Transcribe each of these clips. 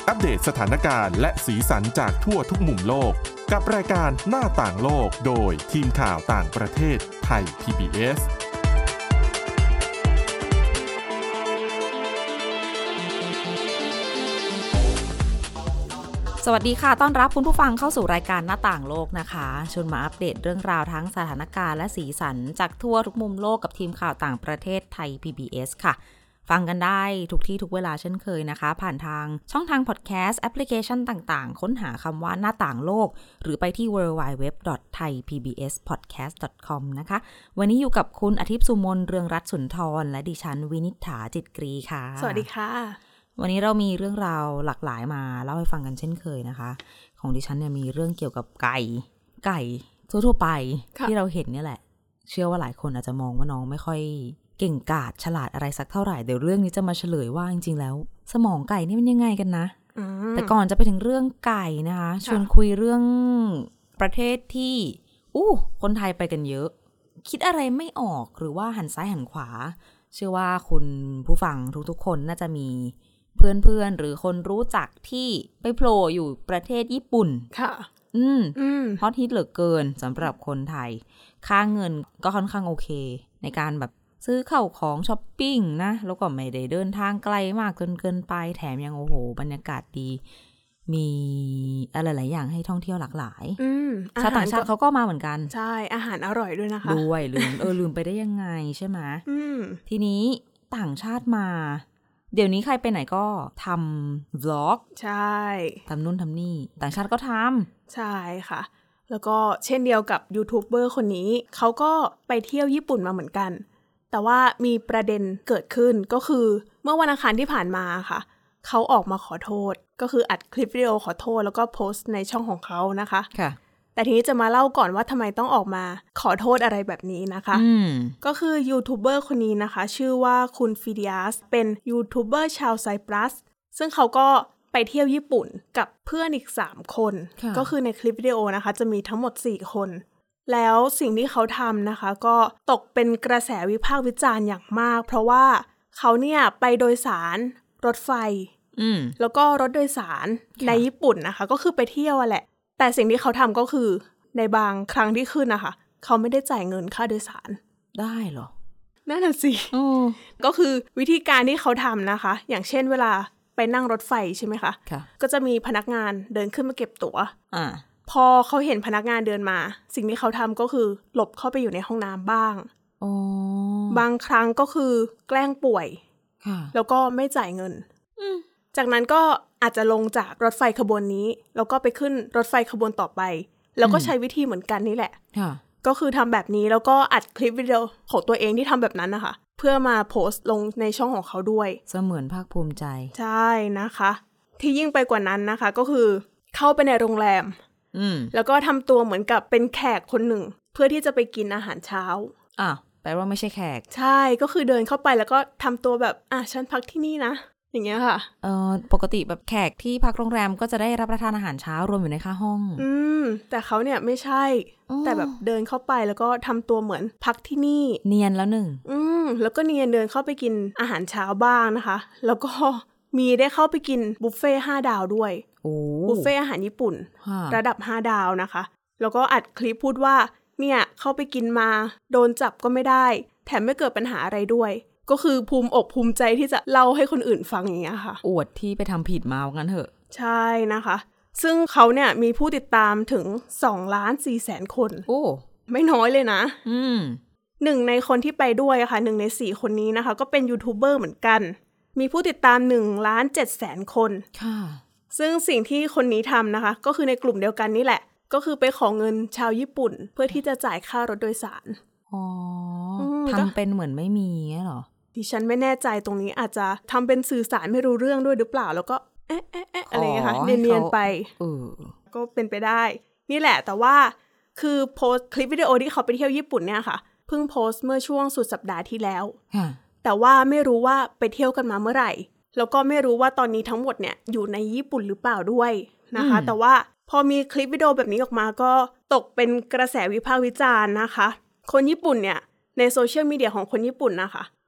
อัปเดตสถานการณ์และสีสันจากทั่วทุกมุมโลกกับรายการหน้าต่างโลกโดยทีมข่าวต่างประเทศไทย PBS สวัสดีค่ะต้อนรับคุณผู้ฟังเข้าสู่รายการหน้าต่างโลกนะคะชวนมาอัปเดตเรื่องราวทั้งสถานการณ์และสีสันจากทั่วทุกมุมโลกกับทีมข่าวต่างประเทศไทย PBS ค่ะฟังกันได้ทุกที่ทุกเวลาเช่นเคยนะคะผ่านทางช่องทางพอดแคสต์แอปพลิเคชันต่างๆค้นหาคำว่าหน้าต่างโลกหรือไปที่ www.thaipbspodcast.com นะคะวันนี้อยู่กับคุณอาทิตย์สุมนเรืองรัตน์สุนทรและดิฉันวินิษฐาจิตกรีค่ะสวัสดีค่ะวันนี้เรามีเรื่องราวหลากหลายมาเล่าให้ฟังกันเช่นเคยนะคะของดิฉันเนี่ยมีเรื่องเกี่ยวกับไก่ทั่วๆไปที่เราเห็นเนี่ยแหละเชื่อว่าหลายคนอาจจะมองว่าน้องไม่ค่อยเก่งกาจฉลาดอะไรสักเท่าไหร่เดี๋ยวเรื่องนี้จะมาเฉลยว่าจริงๆแล้วสมองไก่นี่มันยังไงกันนะแต่ก่อนจะไปถึงเรื่องไก่นะคะชวนคุยเรื่องประเทศที่คนไทยไปกันเยอะคิดอะไรไม่ออกหรือว่าหันซ้ายหันขวาเชื่อว่าคุณผู้ฟังทุกๆคนน่าจะมีเพื่อนๆหรือคนรู้จักที่ไปโผล่อยู่ประเทศญี่ปุ่นค่ะฮอตฮิตเหลือเกินสำหรับคนไทยค่าเงินก็ค่อนข้างโอเคในการแบบซื้อเข้าของช้อปปิ้งนะแล้วก็ไม่ได้เดินทางไกลมากจนเกินไปแถมยังบรรยากาศดีมีอะไรหลายอย่างให้ท่องเที่ยวหลากหลายชาวต่างชาติเขาก็มาเหมือนกันใช่อาหารอร่อยด้วยนะคะด้วยลืมไปได้ยังไงใช่ไหมทีนี้ต่างชาติมาเดี๋ยวนี้ใครไปไหนก็ทำ vlog ใช่ทำนู่นทำนี่ต่างชาติก็ทำใช่ค่ะแล้วก็เช่นเดียวกับยูทูบเบอร์คนนี้เขาก็ไปเที่ยวญี่ปุ่นมาเหมือนกันแต่ว่ามีประเด็นเกิดขึ้นก็คือเมื่อวันอังคารที่ผ่านมาค่ะเขาออกมาขอโทษก็คืออัดคลิปวิดีโอขอโทษแล้วก็โพสต์ในช่องของเขานะคะค่ะแต่ทีนี้จะมาเล่าก่อนว่าทำไมต้องออกมาขอโทษอะไรแบบนี้นะคะก็คือยูทูบเบอร์คนนี้นะคะชื่อว่าคุณฟิดิอัสเป็นยูทูบเบอร์ชาวไซปรัสซึ่งเขาก็ไปเที่ยวญี่ปุ่นกับเพื่อนอีก3คนก็คือในคลิปวิดีโอนะคะจะมีทั้งหมด4คนแล้วสิ่งที่เขาทำนะคะก็ตกเป็นกระแสวิพากษ์วิจารณ์อย่างมากเพราะว่าเขาเนี่ยไปโดยสารรถไฟแล้วก็รถโดยสารในญี่ปุ่นนะคะก็คือไปเที่ยวแหละแต่สิ่งที่เขาทำก็คือในบางครั้งที่ขึ้นนะคะเขาไม่ได้จ่ายเงินค่าโดยสารได้เหรอนั่นน่ะสิก็คือวิธีการที่เขาทำนะคะอย่างเช่นเวลาไปนั่งรถไฟใช่ไหมคะก็จะมีพนักงานเดินขึ้นมาเก็บตั๋วพอเขาเห็นพนักงานเดินมาสิ่งที่เขาทำก็คือหลบเข้าไปอยู่ในห้องน้ำบ้างบางครั้งก็คือแกล้งป่วยแล้วก็ไม่จ่ายเงินจากนั้นก็อาจจะลงจากรถไฟขบวนนี้แล้วก็ไปขึ้นรถไฟขบวนต่อไปแล้วก็ใช้วิธีเหมือนกันนี่แหละก็คือทำแบบนี้แล้วก็อัดคลิปวิดีโอของตัวเองที่ทำแบบนั้นนะคะเพื่อมาโพสต์ลงในช่องของเขาด้วยเสมือนภาคภูมิใจใช่นะคะที่ยิ่งไปกว่านั้นนะคะก็คือเข้าไปในโรงแรมแล้วก็ทำตัวเหมือนกับเป็นแขกคนหนึ่งเพื่อที่จะไปกินอาหารเช้าแปลว่าไม่ใช่แขกใช่ก็คือเดินเข้าไปแล้วก็ทำตัวแบบฉันพักที่นี่นะอย่างเงี้ยค่ะปกติแบบแขกที่พักโรงแรมก็จะได้รับประทานอาหารเช้ารวมอยู่ในค่าห้องแต่เขาเนี่ยไม่ใช่แต่แบบเดินเข้าไปแล้วก็ทำตัวเหมือนพักที่นี่เนียนแล้วหนึ่งแล้วก็เนียนเดินเข้าไปกินอาหารเช้าบ้างนะคะแล้วก็มีได้เข้าไปกินบุฟเฟ่5 ดาวด้วยบุฟเฟ่อาหารญี่ปุ่นระดับ5 ดาวนะคะแล้วก็อัดคลิปพูดว่าเนี่ยเข้าไปกินมาโดนจับก็ไม่ได้แถมไม่เกิดปัญหาอะไรด้วยก็คือภูมิอกภูมิใจที่จะเล่าให้คนอื่นฟังอย่างเงี้ยค่ะอวดที่ไปทำผิดมาว่างั้นเถอะใช่นะคะซึ่งเขาเนี่ยมีผู้ติดตามถึง 2,400,000 คนไม่น้อยเลยนะหนึ่งในคนที่ไปด้วยค่ะ1 ใน 4คนนี้นะคะก็เป็นยูทูบเบอร์เหมือนกันมีผู้ติดตาม 1,700,000 คนค่ะซึ่งสิ่งที่คนนี้ทำนะคะก็คือในกลุ่มเดียวกันนี่แหละก็คือไปขอเงินชาวญี่ปุ่นเพื่อที่จะจ่ายค่ารถโดยสารทำเป็นเหมือนไม่มีงี้หรอดิฉันไม่แน่ใจตรงนี้อาจจะทำเป็นสื่อสารไม่รู้เรื่องด้วยหรือเปล่าแล้วก็อะไรอย่างเงี้ยค่ะเนียนๆไปก็เป็นไปได้นี่แหละแต่ว่าคือโพสต์คลิปวิดีโอที่เขาไปเที่ยวญี่ปุ่นเนี่ยค่ะเพิ่งโพสต์เมื่อช่วงสุดสัปดาห์ที่แล้วแต่ว่าไม่รู้ว่าไปเที่ยวกันมาเมื่อไหร่แล้วก็ไม่รู้ว่าตอนนี้ทั้งหมดเนี่ยอยู่ในญี่ปุ่นหรือเปล่าด้วยนะคะแต่ว่าพอมีคลิปวิดีโอแบบนี้ออกมาก็ตกเป็นกระแสวิพากษ์วิจารณ์นะคะคนญี่ปุ่นเนี่ยในโซเชียลมีเดียของคนญี่ปุ่นนะคะ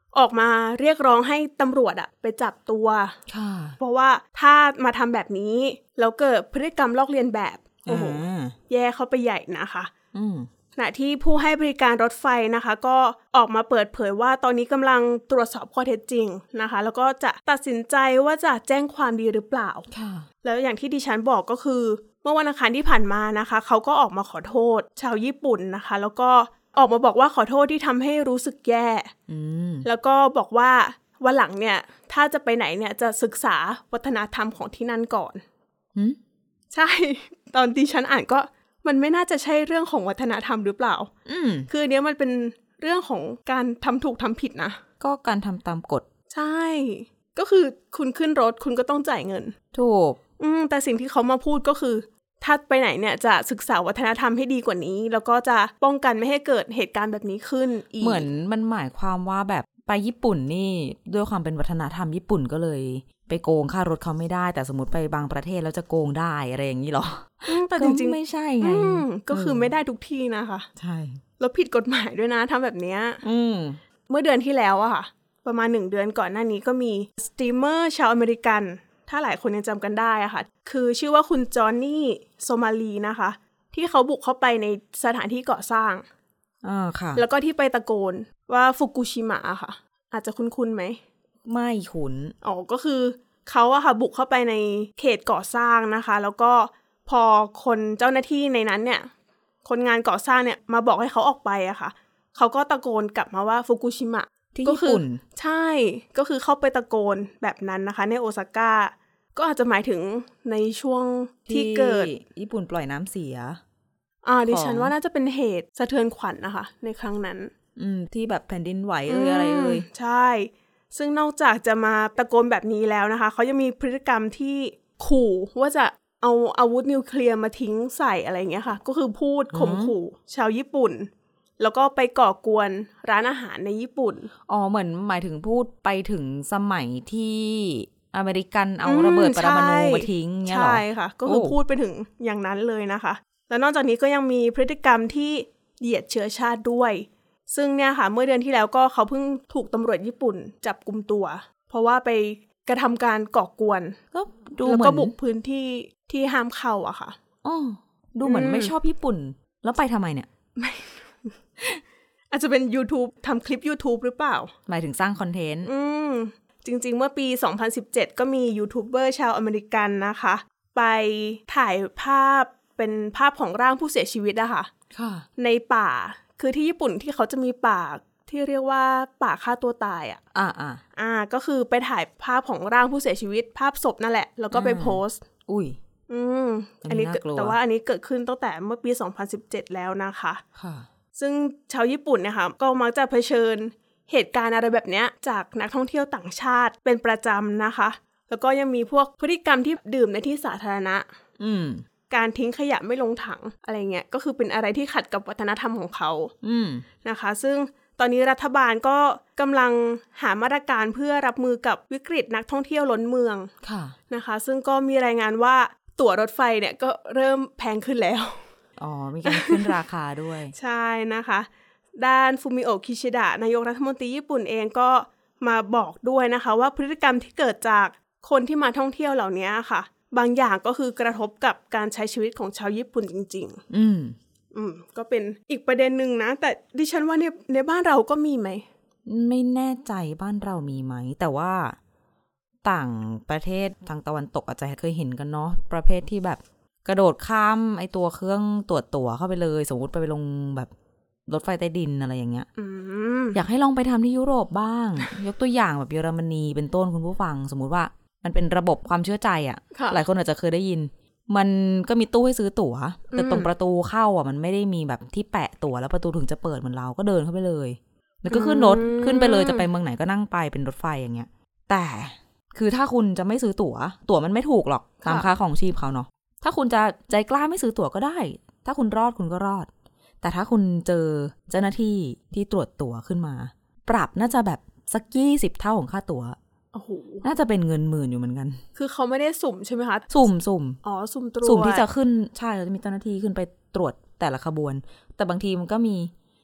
ออกมาเรียกร้องให้ตำรวจไปจับตัวเพราะว่าถ้ามาทำแบบนี้แล้วเกิดพฤติกรรมลอกเลียนแบบโอ้โหแย่เข้าไปใหญ่นะคะขณะที่ผู้ให้บริการรถไฟนะคะก็ออกมาเปิดเผยว่าตอนนี้กำลังตรวจสอบข้อเท็จจริงนะคะแล้วก็จะตัดสินใจว่าจะแจ้งความดีหรือเปล่าแล้วอย่างที่ดิฉันบอกก็คือเมื่อวันอังคารที่ผ่านมานะคะเขาก็ออกมาขอโทษชาวญี่ปุ่นนะคะแล้วก็ออกมาบอกว่าขอโทษที่ทำให้รู้สึกแย่แล้วก็บอกว่าวันหลังเนี่ยถ้าจะไปไหนเนี่ยจะศึกษาวัฒนธรรมของที่นั่นก่อนใช่ตอนดิฉันอ่านก็มันไม่น่าจะใช่เรื่องของวัฒนธรรมหรือเปล่าคือเนี้ยมันเป็นเรื่องของการทำถูกทำผิดนะก็การทำตามกฎใช่ก็คือคุณขึ้นรถคุณก็ต้องจ่ายเงินถูกแต่สิ่งที่เขามาพูดก็คือถ้าไปไหนเนี่ยจะศึกษาวัฒนธรรมให้ดีกว่านี้แล้วก็จะป้องกันไม่ให้เกิดเหตุการณ์แบบนี้ขึ้นอีกเหมือนมันหมายความว่าแบบไปญี่ปุ่นนี่ด้วยความเป็นวัฒนธรรมญี่ปุ่นก็เลยไปโกงค่ารถเขาไม่ได้แต่สมมติไปบางประเทศแล้วจะโกงได้อะไรอย่างนี้หรอแต่จริงๆไม่ใช่ไงก็คือไม่ได้ทุกที่นะคะใช่แล้วผิดกฎหมายด้วยนะทำแบบเนี้ยเมื่อเดือนที่แล้วอะค่ะประมาณ1 เดือนก่อนหน้านี้ก็มีสตรีมเมอร์ชาวอเมริกันถ้าหลายคนยังจำกันได้อะค่ะคือชื่อว่าคุณจอห์นนี่โซมาลีนะคะที่เขาบุกเข้าไปในสถานที่ก่อสร้างค่ะแล้วก็ที่ไปตะโกนว่าฟุกุชิมะค่ะอาจจะคุ้นๆไหมไม่คุ้นก็คือเขาอะค่ะบุกเข้าไปในเขตก่อสร้างนะคะแล้วก็พอคนเจ้าหน้าที่ในนั้นเนี่ยคนงานก่อสร้างเนี่ยมาบอกให้เขาออกไปอะค่ะเขาก็ตะโกนกลับมาว่าฟุกุชิมะที่ญี่ปุ่นใช่ก็คือเข้าไปตะโกนแบบนั้นนะคะในโอซาก้าก็อาจจะหมายถึงในช่วงที่เกิดญี่ปุ่นปล่อยน้ำเสียดิฉันว่าน่าจะเป็นเหตุสะเทือนขวัญนะคะในครั้งนั้นที่แบบแผ่นดินไหวอะไรใช่ซึ่งนอกจากจะมาตะโกนแบบนี้แล้วนะคะเขายังมีพฤติกรรมที่ขู่ว่าจะเอาอาวุธนิวเคลียร์มาทิ้งใส่อะไรอย่างเงี้ยค่ะก็คือพูดข่มขู่ชาวญี่ปุ่นแล้วก็ไปก่อกวนร้านอาหารในญี่ปุ่นเหมือนหมายถึงพูดไปถึงสมัยที่อเมริกันเอาระเบิดปรมาณูมาทิ้งเงี้ยหรอใช่ค่ะก็คือพูดไปถึงอย่างนั้นเลยนะคะแล้วนอกจากนี้ก็ยังมีพฤติกรรมที่เหยียดเชื้อชาติด้วยซึ่งเนี่ยค่ะเมื่อเดือนที่แล้วก็เขาเพิ่งถูกตำรวจญี่ปุ่นจับกุมตัวเพราะว่าไปกระทำการก่อกวนแล้วก็บุกพื้นที่ที่ห้ามเข้าอะค่ะดูเหมือนไม่ชอบญี่ปุ่นแล้วไปทำไมเนี่ยอาจจะเป็น YouTube ทำคลิป YouTube หรือเปล่าหมายถึงสร้างคอนเทนต์จริงๆเมื่อปี2017ก็มียูทูบเบอร์ชาวอเมริกันนะคะไปถ่ายภาพเป็นภาพของร่างผู้เสียชีวิตอะค่ะในป่าคือที่ญี่ปุ่นที่เขาจะมีป่าที่เรียกว่าป่าฆ่าตัวตายก็คือไปถ่ายภาพของร่างผู้เสียชีวิตภาพศพนั่นแหละแล้วก็ไปโพสต์อันนี้แต่ว่าอันนี้เกิดขึ้นตั้งแต่เมื่อปี2017แล้วนะคะซึ่งชาวญี่ปุ่นนะคะก็มักจะเผชิญเหตุการณ์อะไรแบบนี้จากนักท่องเที่ยวต่างชาติเป็นประจำนะคะแล้วก็ยังมีพวกพฤติกรรมที่ดื่มในที่สาธารณะการทิ้งขยะไม่ลงถังอะไรเงี้ยก็คือเป็นอะไรที่ขัดกับวัฒนธรรมของเขานะคะซึ่งตอนนี้รัฐบาลก็กำลังหามาตรการเพื่อรับมือกับวิกฤตนักท่องเที่ยวล้นเมืองนะคะซึ่งก็มีรายงานว่าตั๋วรถไฟเนี่ยก็เริ่มแพงขึ้นแล้วมีการขึ้นราคาด้วยใช่นะคะด้านฟูมิโอะคิชิดะนายกรัฐมนตรีญี่ปุ่นเองก็มาบอกด้วยนะคะว่าพฤติกรรมที่เกิดจากคนที่มาท่องเที่ยวเหล่านี้ค่ะบางอย่างก็คือกระทบกับการใช้ชีวิตของชาวญี่ปุ่นจริงๆก็เป็นอีกประเด็นหนึ่งนะแต่ดิฉันว่าในบ้านเราก็มีไหมไม่แน่ใจบ้านเรามีไหมแต่ว่าต่างประเทศทางตะวันตกอาจจะเคยเห็นกันเนาะประเภทที่แบบกระโดดข้ามไอตัวเครื่องตรวจตั๋วเข้าไปเลยสมมติไปลงแบบรถไฟใต้ดินอะไรอย่างเงี้ยอยากให้ลองไปทำที่ยุโรปบ้าง ยกตัวอย่างแบบเยอรมนีเป็นต้นคุณผู้ฟังสมมุติว่ามันเป็นระบบความเชื่อใจอ่ะหลายคนอาจจะเคยได้ยินมันก็มีตู้ให้ซื้อตั๋วแต่ตรงประตูเข้าอ่ะมันไม่ได้มีแบบที่แปะตั๋วแล้วประตูถึงจะเปิดเหมือนเราก็เดินเข้าไปเลยแล้วก็ขึ้นรถขึ้นไปเลยจะไปเมืองไหนก็นั่งไปเป็นรถไฟอย่างเงี้ยแต่คือถ้าคุณจะไม่ซื้อตั๋วมันไม่ถูกหรอกตามค่าของชีพเขาเนาะถ้าคุณจะใจกล้าไม่ซื้อตั๋วก็ได้ถ้าคุณรอดคุณก็รอดแต่ถ้าคุณเจอเจ้าหน้าที่ที่ตรวจตั๋วขึ้นมาปรับน่าจะแบบสัก20 เท่าของค่าตั๋วน่าจะเป็นเงินหมื่นอยู่เหมือนกันคือเขาไม่ได้สุ่มใช่ไหมคะสุ่มสุ่มตรวจสุ่มที่จะขึ้นใช่เราจะมีเจ้าหน้าที่ขึ้นไปตรวจแต่ละขบวนแต่บางทีมันก็มี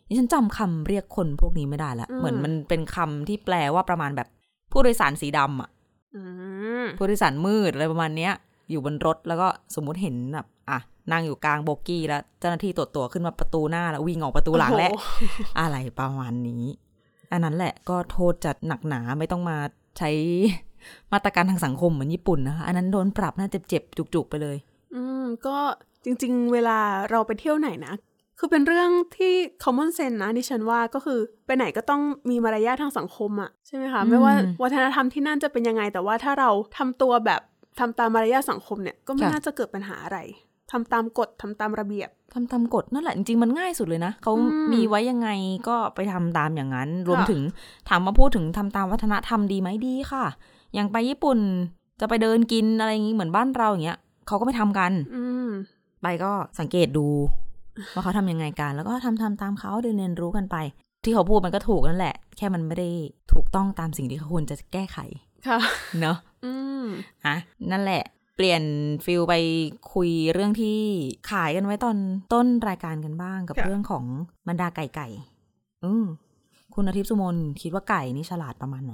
ฉันจำคำเรียกคนพวกนี้ไม่ได้ละเหมือนมันเป็นคำที่แปลว่าประมาณแบบผู้โดยสารสีดำอ่ะผู้โดยสารมืดอะไรประมาณเนี้ยอยู่บนรถแล้วก็สมมุติเห็นแบบนั่งอยู่กลางโบกี้แล้วเจ้าหน้าที่ตรวจตัวขึ้นมาประตูหน้าแล้ววิ่งออกประตูหลังและอะไรประมาณนี้อันนั้นแหละก็โทษจัดหนักหนาไม่ต้องมาใช้มาตรการทางสังคมเหมือนญี่ปุ่นนะคะอันนั้นโดนปรับน่าเจ็บๆจุกๆไปเลยก็จริงๆเวลาเราไปเที่ยวไหนนะคือเป็นเรื่องที่ common sense นะดิฉันว่าก็คือไปไหนก็ต้องมีมารยาททางสังคมอ่ะใช่ไหมคะไม่ว่าวัฒนธรรมที่นั่นจะเป็นยังไงแต่ว่าถ้าเราทำตัวแบบทำตามมารยาทสังคมเนี่ยก็ไม่น่าจะเกิดปัญหาอะไรทำตามกฎทำตามระเบียบทำตามกฎนั่นแหละจริงๆมันง่ายสุดเลยนะเขามีไว้ยังไงก็ไปทำตามอย่างนั้นรวมถึงถามมาพูดถึงทำตามวัฒนธรรมดีไหมดีค่ะอย่างไปญี่ปุ่นจะไปเดินกินอะไรอย่างนี้เหมือนบ้านเราอย่างเงี้ยเขาก็ไม่ทำกันไปก็สังเกตดูว่าเขาทำยังไงกันแล้วก็ทำตามเขาเรียนรู้กันไปที่เขาพูดมันก็ถูกนั่นแหละแค่มันไม่ได้ถูกต้องตามสิ่งที่เขาควรจะแก้ไขเนาะนั่นแหละเปลี่ยนฟิลไปคุยเรื่องที่ขายกันไว้ตอนต้นรายการกันบ้างกับเรื่องของบรรดาไก่คุณอาทิตย์สุมนคิดว่าไก่นี่ฉลาดประมาณไหน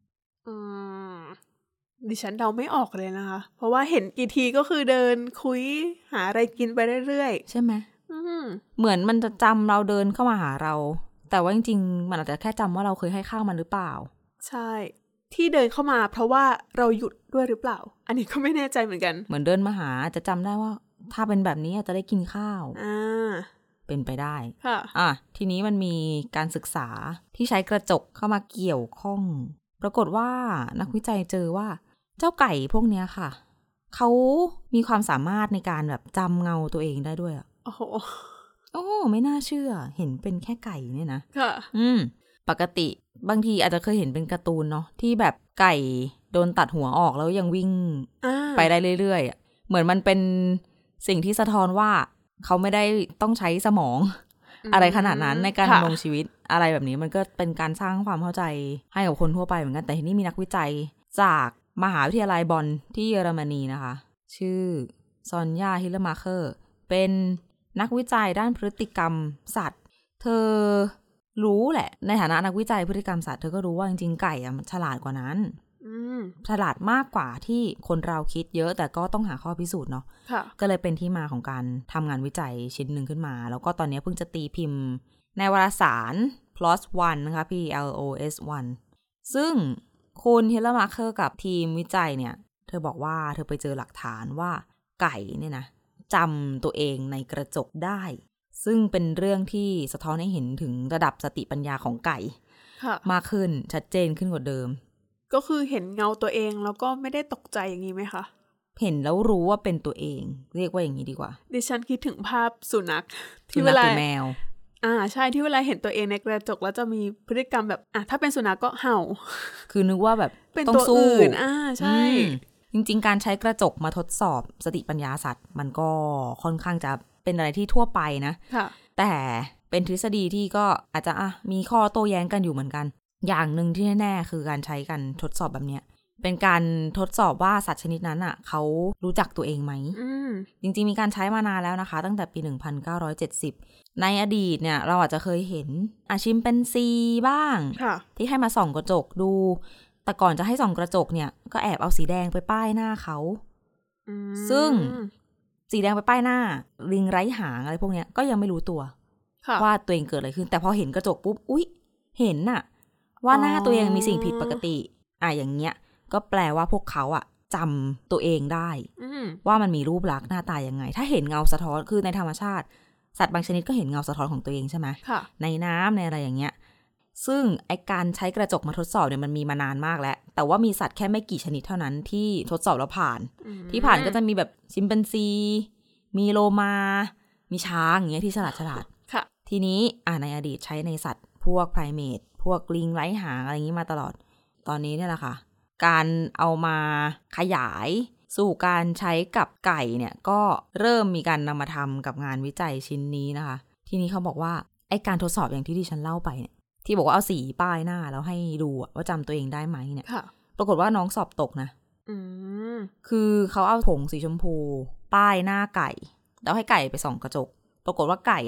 ดิฉันเดาไม่ออกเลยนะคะเพราะว่าเห็นกี่ทีก็คือเดินคุยหาอะไรกินไปเรื่อยๆใช่ไหมเหมือนมันจะจำเราเดินเข้ามาหาเราแต่ว่าจริงๆมันอาจจะแค่จำว่าเราเคยให้ข้าวมันหรือเปล่าใช่ที่เดินเข้ามาเพราะว่าเราหยุดด้วยหรือเปล่าอันนี้ก็ไม่แน่ใจเหมือนกันเหมือนเดินมาหาจะจำได้ว่าถ้าเป็นแบบนี้จะได้กินข้าวเป็นไปได้ค่ะทีนี้มันมีการศึกษาที่ใช้กระจกเข้ามาเกี่ยวข้องปรากฏว่านักวิจัยเจอว่าเจ้าไก่พวกนี้ค่ะเขามีความสามารถในการแบบจำเงาตัวเองได้ด้วยโอ้โหไม่น่าเชื่อเห็นเป็นแค่ไก่เนี่ยนะค่ะปกติบางทีอาจจะเคยเห็นเป็นการ์ตูนเนาะที่แบบไก่โดนตัดหัวออกแล้วยังวิ่งไปได้เรื่อยๆเหมือนมันเป็นสิ่งที่สะท้อนว่าเขาไม่ได้ต้องใช้สมองอะไรขนาดนั้นในการดำรงชีวิตอะไรแบบนี้มันก็เป็นการสร้างความเข้าใจให้กับคนทั่วไปเหมือนกันแต่ทีนี้มีนักวิจัยจากมหาวิทยาลัยบอนที่เยอรมนีนะคะชื่อซอนยาฮิลมาเคอร์เป็นนักวิจัยด้านพฤติกรรมสัตว์เธอรู้แหละในฐานะนักวิจัยพฤติกรรมสัตว์เธอก็รู้ว่าจริงๆไก่มันฉลาดกว่านั้นฉลาดมากกว่าที่คนเราคิดเยอะแต่ก็ต้องหาข้อพิสูจน์เนาะก็เลยเป็นที่มาของการทำงานวิจัยชิ้นหนึ่งขึ้นมาแล้วก็ตอนนี้เพิ่งจะตีพิมพ์ในวารสาร PLOS ONE นะคะ PLOS ONE ซึ่งคุณเฮเลมาร์เคอร์กับทีมวิจัยเนี่ยเธอบอกว่าเธอไปเจอหลักฐานว่าไก่เนี่ยนะจำตัวเองในกระจกได้ซึ่งเป็นเรื่องที่สะท้อนให้เห็นถึงระดับสติปัญญาของไก่มากขึ้นชัดเจนขึ้นกว่าเดิมก็คือเห็นเงาตัวเองแล้วก็ไม่ได้ตกใจอย่างนี้ไหมคะเห็นแล้วรู้ว่าเป็นตัวเองเรียกว่าอย่างนี้ดีกว่าดิฉันคิดถึงภาพสุนัขที่เวลาแมวใช่ที่เวลาเห็นตัวเองในกระจกแล้วจะมีพฤติกรรมแบบถ้าเป็นสุนัขก็เห่าคือนึกว่าแบบเป็นต้องสู้อื่นใช่จริงๆการใช้กระจกมาทดสอบสติปัญญาสัตว์มันก็ค่อนข้างจะเป็นอะไรที่ทั่วไปนะแต่เป็นทฤษฎีที่ก็อาจจะมีข้อโต้แย้งกันอยู่เหมือนกันอย่างหนึ่งที่แน่ๆคือการใช้กันทดสอบแบบเนี้ยเป็นการทดสอบว่าสัตว์ชนิดนั้นเขารู้จักตัวเองไหมจริงๆมีการใช้มานานแล้วนะคะตั้งแต่ปี 1970 ในอดีตเนี่ยเราอาจจะเคยเห็นชิมแปนซีบ้างที่ให้มาส่องกระจกดูแต่ก่อนจะให้ส่องกระจกเนี่ยก็แอบเอาสีแดงไปป้ายหน้าเขาซึ่งสีแดงไปป้ายหน้าลิงไร้หางอะไรพวกเนี้ยก็ยังไม่รู้ตัวว่าตัวเองเกิดอะไรขึ้นแต่พอเห็นกระจกปุ๊บอุ๊ยเห็นน่ะว่าหน้าตัวเองมีสิ่งผิดปกติอย่างเงี้ยก็แปลว่าพวกเขาจำตัวเองได้ว่ามันมีรูปลักษณ์หน้าตายังไงถ้าเห็นเงาสะท้อนคือในธรรมชาติสัตว์บางชนิดก็เห็นเงาสะท้อนของตัวเองใช่ไหมในน้ำในอะไรอย่างเงี้ยซึ่งไอการใช้กระจกมาทดสอบเนี่ยมันมีมานานมากแล้วแต่ว่ามีสัตว์แค่ไม่กี่ชนิดเท่านั้นที่ทดสอบแล้วผ่านที่ผ่านก็จะมีแบบชิมแปนซีมีโลมามีช้างอย่างเงี้ยที่ฉลาดทีนี้ในอดีตใช้ในสัตว์พวกไพรเมทพวกลิงไร้หางอะไรอย่างนี้มาตลอดตอนนี้เนี่ยแหละค่ะการเอามาขยายสู่การใช้กับไก่เนี่ยก็เริ่มมีการนำมาทำกับงานวิจัยชิ้นนี้นะคะทีนี้เขาบอกว่าไอ้การทดสอบอย่างที่ดิฉันเล่าไปเนี่ยที่บอกว่าเอาสีป้ายหน้าแล้วให้ดูว่าจำตัวเองได้ไหมเนี่ยปรากฏว่าน้องสอบตกนะคือเขาเอาผงสีชมพูป้ายหน้าไก่แล้วให้ไก่ไปส่องกระจกปรากฏว่าไก่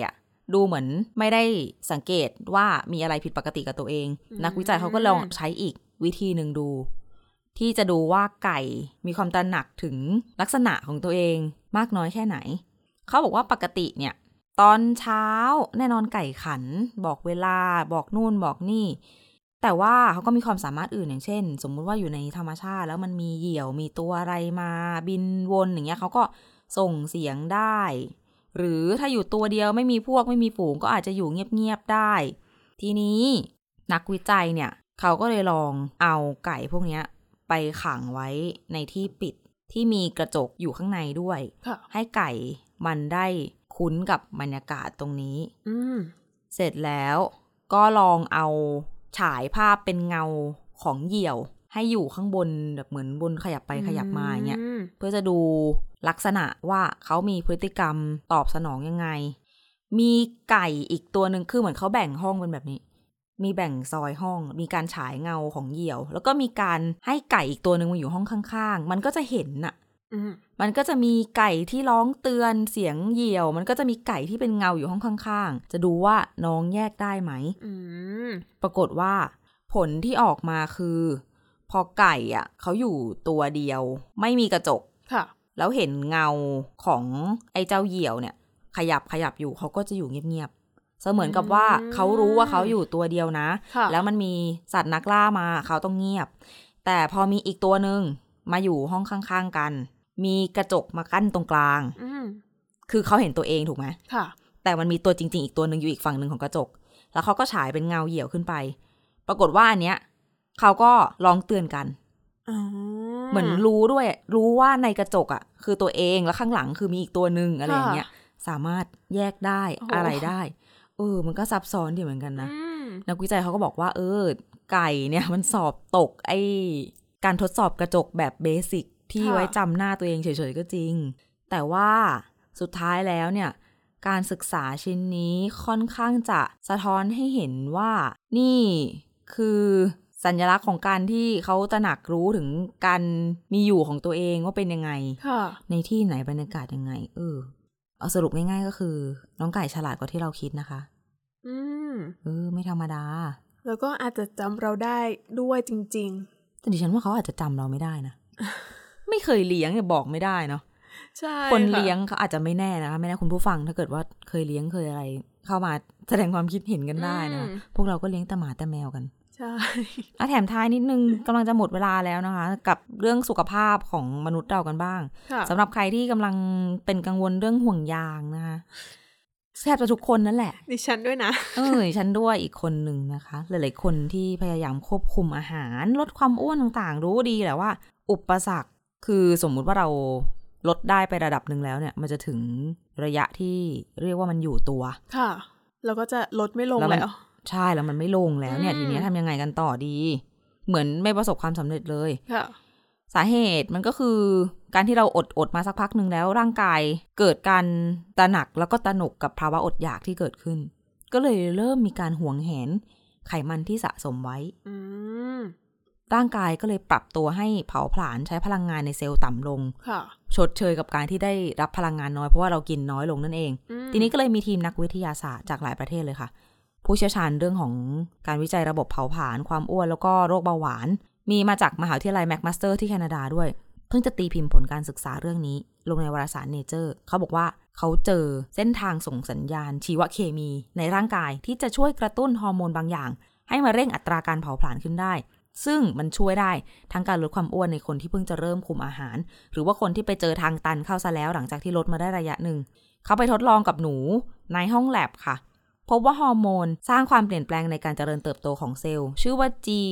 ดูเหมือนไม่ได้สังเกตว่ามีอะไรผิดปกติกับตัวเองนักวิจัยเขาก็ลองใช้อีกวิธีหนึ่งดูที่จะดูว่าไก่มีความตระหนักถึงลักษณะของตัวเองมากน้อยแค่ไหนเขาบอกว่าปกติเนี่ยตอนเช้าแน่นอนไก่ขันบอกเวลาบอกนู่นบอกนี่แต่ว่าเขาก็มีความสามารถอื่นอย่างเช่นสมมุติว่าอยู่ในธรรมชาติแล้วมันมีเหยี่ยวมีตัวอะไรมาบินวนอย่างเงี้ยเขาก็ส่งเสียงได้หรือถ้าอยู่ตัวเดียวไม่มีพวกไม่มีฝูงก็อาจจะอยู่เงียบๆได้ทีนี้นักวิจัยเนี่ยเขาก็เลยลองเอาไก่พวกนี้ไปขังไว้ในที่ปิดที่มีกระจกอยู่ข้างในด้วยให้ไก่มันได้คุ้นกับบรรยากาศตรงนี้เสร็จแล้วก็ลองเอาฉายภาพเป็นเงาของเหยี่ยวให้อยู่ข้างบนแบบเหมือนบนขยับไปขยับมาอย่างเงี้ยเพื่อจะดูลักษณะว่าเขามีพฤติกรรมตอบสนองยังไงมีไก่อีกตัวนึงคือเหมือนเขาแบ่งห้องเป็นแบบนี้มีแบ่งซอยห้องมีการฉายเงาของเหยี่ยวแล้วก็มีการให้ไก่อีกตัวนึงมาอยู่ห้องข้างๆมันก็จะเห็นน่ะมันก็จะมีไก่ที่ร้องเตือนเสียงเหยี่ยวมันก็จะมีไก่ที่เป็นเงาอยู่ห้องข้างๆจะดูว่าน้องแยกได้ไหมปรากฏว่าผลที่ออกมาคือพอไก่อ่ะเขาอยู่ตัวเดียวไม่มีกระจกแล้วเห็นเงาของไอ้เจ้าเหยี่ยวเนี่ยขยับอยู่เขาก็จะอยู่เงียบๆเสมือนกับว่าเขารู้ว่าเขาอยู่ตัวเดียวนะแล้วมันมีสัตว์นักล่ามาเขาต้องเงียบแต่พอมีอีกตัวนึงมาอยู่ห้องข้างๆกันมีกระจกมากั้นตรงกลางคือเขาเห็นตัวเองถูกไหมแต่มันมีตัวจริงๆอีกตัวนึงอยู่อีกฝั่งนึงของกระจกแล้วเขาก็ฉายเป็นเงาเหยี่ยวขึ้นไปปรากฏว่าอันเนี้ยเขาก็ร้องเตือนกันเหมือนรู้ด้วยรู้ว่าในกระจกอ่ะคือตัวเองแล้วข้างหลังคือมีอีกตัวนึงอะไรอย่างเงี้ยสามารถแยกได้อะไรได้มันก็ซับซ้อนดีเหมือนกันนะนักวิจัยเขาก็บอกว่าไก่เนี่ยมันสอบตกไอ้การทดสอบกระจกแบบเบสิกที่ไว้จำหน้าตัวเองเฉยๆก็จริงแต่ว่าสุดท้ายแล้วเนี่ยการศึกษาชิ้นนี้ค่อนข้างจะสะท้อนให้เห็นว่านี่คือสัญลักษณ์ของการที่เขาตระหนักรู้ถึงการมีอยู่ของตัวเองว่าเป็นยังไงในที่ไหนบรรยากาศยังไงเอาสรุปง่ายๆก็คือน้องไก่ฉลาดกว่าที่เราคิดนะคะไม่ธรรมดาแล้วก็อาจจะจำเราได้ด้วยจริงๆแต่ดิฉันว่าเขาอาจจะจำเราไม่ได้นะ ไม่เคยเลี้ยงเนี่ยบอกไม่ได้เนาะใช่คนเลี้ยงเขาอาจจะไม่แน่นะคะไม่แน่คุณผู้ฟังถ้าเกิดว่าเคยเลี้ยงเคยอะไรเข้ามาแสดงความคิดเห็นกันได้นะพวกเราก็เลี้ยงแต่หมาแต่แมวกันใช่แถมท้ายนิดนึงกำลังจะหมดเวลาแล้วนะคะกับเรื่องสุขภาพของมนุษย์เรากันบ้างสำหรับใครที่กำลังเป็นกังวลเรื่องห่วงยางนะคะแทบจะทุกคนนั่นแหละดิฉันด้วยนะดิฉันด้วยอีกคนหนึ่งนะคะหลายๆคนที่พยายามควบคุมอาหารลดความอ้วนต่างๆรู้ดีแหละว่าอุปสรรคคือสมมุติว่าเราลดได้ไประดับหนึ่งแล้วเนี่ยมันจะถึงระยะที่เรียกว่ามันอยู่ตัวค่ะแล้วก็จะลดไม่ลงแล้วใช่แล้วมันไม่ลงแล้วเนี่ยทีนี้ทำยังไงกันต่อดีเหมือนไม่ประสบความสำเร็จเลยสาเหตุมันก็คือการที่เราอดมาสักพักหนึ่งแล้วร่างกายเกิดการตระหนักแล้วก็ตระหนกกับภาวะอดอยากที่เกิดขึ้นก็เลยเริ่มมีการหวงแหนไขมันที่สะสมไว้ร่างกายก็เลยปรับตัวให้เผาผลาญใช้พลังงานในเซลล์ต่ำลงชดเชยกับการที่ได้รับพลังงานน้อยเพราะว่าเรากินน้อยลงนั่นเองทีนี้ก็เลยมีทีมนักวิทยาศาสตร์จากหลายประเทศเลยค่ะผู้เชี่ยวชาญเรื่องของการวิจัยระบบเผาผลาญความอ้วนแล้วก็โรคเบาหวานมีมาจากมหาวิทยาลัยแมคมาสเตอร์ที่แคนาดาด้วยเพิ่งจะตีพิมพ์ผลการศึกษาเรื่องนี้ลงในวารสารเนเจอร์เขาบอกว่าเขาเจอเส้นทางส่งสัญญาณชีวเคมีในร่างกายที่จะช่วยกระตุ้นฮอร์โมนบางอย่างให้มาเร่งอัตราการเผาผลาญขึ้นได้ซึ่งมันช่วยได้ทั้งการลดความอ้วนในคนที่เพิ่งจะเริ่มคุมอาหารหรือว่าคนที่ไปเจอทางตันเข้าซะแล้วหลังจากที่ลดมาได้ระยะหนึ่งเขาไปทดลองกับหนูในห้องแลบค่ะพบว่าฮอร์โมนสร้างความเปลี่ยนแปลงในการเจริญเติบโตของเซลล์ชื่อว่า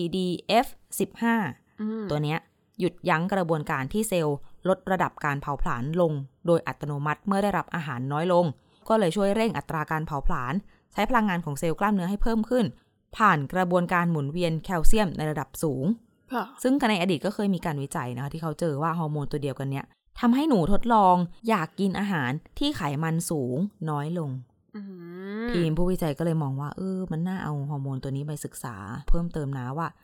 GDF15 ตัวเนี้ยหยุดยั้งกระบวนการที่เซลล์ลดระดับการเผาผลาญลงโดยอัตโนมัติเมื่อได้รับอาหารน้อยลงก็เลยช่วยเร่งอัตราการเผาผลาญใช้พลังงานของเซลล์กล้ามเนื้อให้เพิ่มขึ้นผ่านกระบวนการหมุนเวียนแคลเซียมในระดับสูงซึ่งในอดีตก็เคยมีการวิจัยนะคะที่เขาเจอว่าฮอร์โมนตัวเดียวกันเนี้ยทำให้หนูทดลองอยากกินอาหารที่ไขมันสูงน้อยลงทีมผู้วิจัยก็เลยมองว่ามันน่าเอาฮอร์โมนตัวนี้ไปศึกษาเพิ่มเติมนะว่า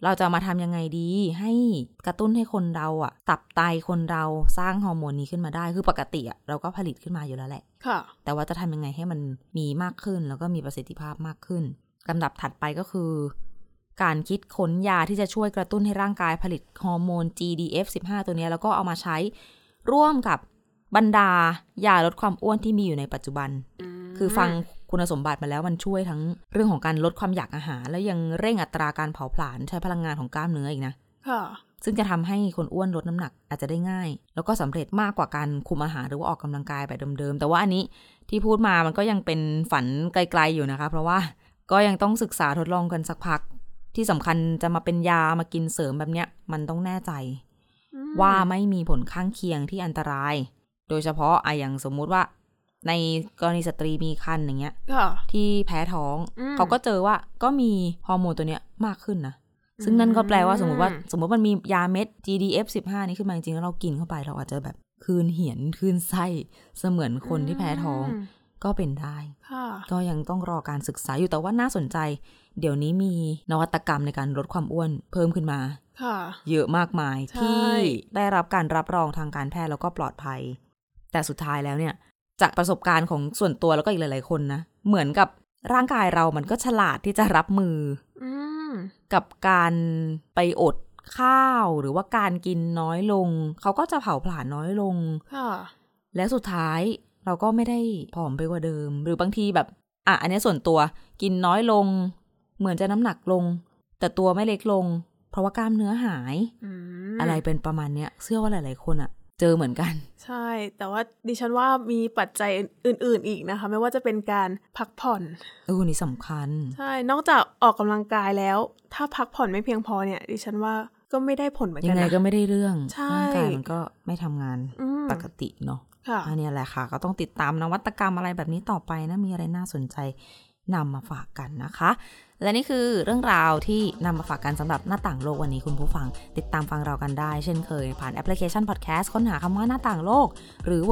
เราจะมาทำยังไงดีให้กระตุ้นให้คนเราอะตับไตคนเราสร้างฮอร์โมนนี้ขึ้นมาได้คือปกติอะเราก็ผลิตขึ้นมาอยู่แล้วแหละค่ะแต่ว่าจะทำยังไงให้มันมีมากขึ้นแล้วก็มีประสิทธิภาพมากขึ้นลำดับถัดไปก็คือการคิดค้นยาที่จะช่วยกระตุ้นให้ร่างกายผลิตฮอร์โมน GDF-15 ตัวนี้แล้วก็เอามาใช้ร่วมกับบรรดายาลดความอ้วนที่มีอยู่ในปัจจุบันคือฟังคุณสมบัติมาแล้วมันช่วยทั้งเรื่องของการลดความอยากอาหารแล้วยังเร่งอัตราการเผาผลาญใช้พลังงานของกล้ามเนื้ออีกนะซึ่งจะทำให้คนอ้วนลดน้ำหนักอาจจะได้ง่ายแล้วก็สำเร็จมากกว่าการคุมอาหารหรือว่าออกกำลังกายแบบเดิมๆแต่ว่าอันนี้ที่พูดมามันก็ยังเป็นฝันไกลๆอยู่นะคะเพราะว่าก็ยังต้องศึกษาทดลองกันสักพักที่สำคัญจะมาเป็นยามากินเสริมแบบเนี้ยมันต้องแน่ใจว่าไม่มีผลข้างเคียงที่อันตรายโดยเฉพาะอย่างสมมุติว่าในกรณีสตรีมีครรภ์อย่างเงี้ยที่แพ้ท้องเขาก็เจอว่าก็มีฮอร์โมนตัวเนี้ยมากขึ้นนะซึ่งนั่นก็แปลว่าสมมติมันมียาเม็ด GDF-15 นี้ขึ้นมาจริงๆแล้วเรากินเข้าไปเราอาจจะแบบคืนเหียนคืนไส้เสมือนคนที่แพ้ท้องก็เป็นได้ก็ยังต้องรอการศึกษาอยู่แต่ว่าน่าสนใจเดี๋ยวนี้มีนวัตกรรมในการลดความอ้วนเพิ่มขึ้นมาเยอะมากมายที่ได้รับการรับรองทางการแพทย์แล้วก็ปลอดภัยแต่สุดท้ายแล้วเนี่ยจากประสบการณ์ของส่วนตัวแล้วก็อีกหลายๆคนนะเหมือนกับร่างกายเรามันก็ฉลาดที่จะรับมือกับการไปอดข้าวหรือว่าการกินน้อยลงเขาก็จะเผาผลาญน้อยลงและสุดท้ายเราก็ไม่ได้ผอมไปกว่าเดิมหรือบางทีแบบอันนี้ส่วนตัวกินน้อยลงเหมือนจะน้ำหนักลงแต่ตัวไม่เล็กลงเพราะว่ากล้ามเนื้อหายอะไรเป็นประมาณเนี้ยเชื่อว่าหลายๆคนเจอเหมือนกันใช่แต่ว่าดิฉันว่ามีปัจจัยอื่นๆอีกนะคะไม่ว่าจะเป็นการพักผ่อนนี่สำคัญใช่นอกจากออกกำลังกายแล้วถ้าพักผ่อนไม่เพียงพอเนี่ยดิฉันว่าก็ไม่ได้ผลเหมือนกันนะยังไงก็ไม่ได้เรื่องร่างกายมันก็ไม่ทำงานปกติเนาะอันนี้แหละค่ะก็ต้องติดตามนวัตกรรมอะไรแบบนี้ต่อไปนะมีอะไรน่าสนใจนำมาฝากกันนะคะและนี่คือเรื่องราวที่นำมาฝากกันสำหรับหน้าต่างโลกวันนี้คุณผู้ฟังติดตามฟังเรากันได้เช่นเคยผ่านแอปพลิเคชัน Podcast ค้นหาคำว่าหน้าต่างโลกหรือ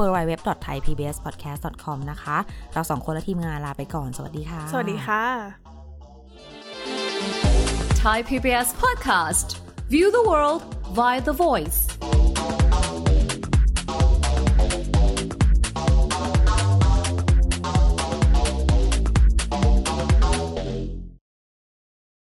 www.thaipbspodcast.com นะคะเรา2คนและทีมงานลาไปก่อนสวัสดีค่ะสวัสดีค่ะ Thai PBS Podcast View the world via the voice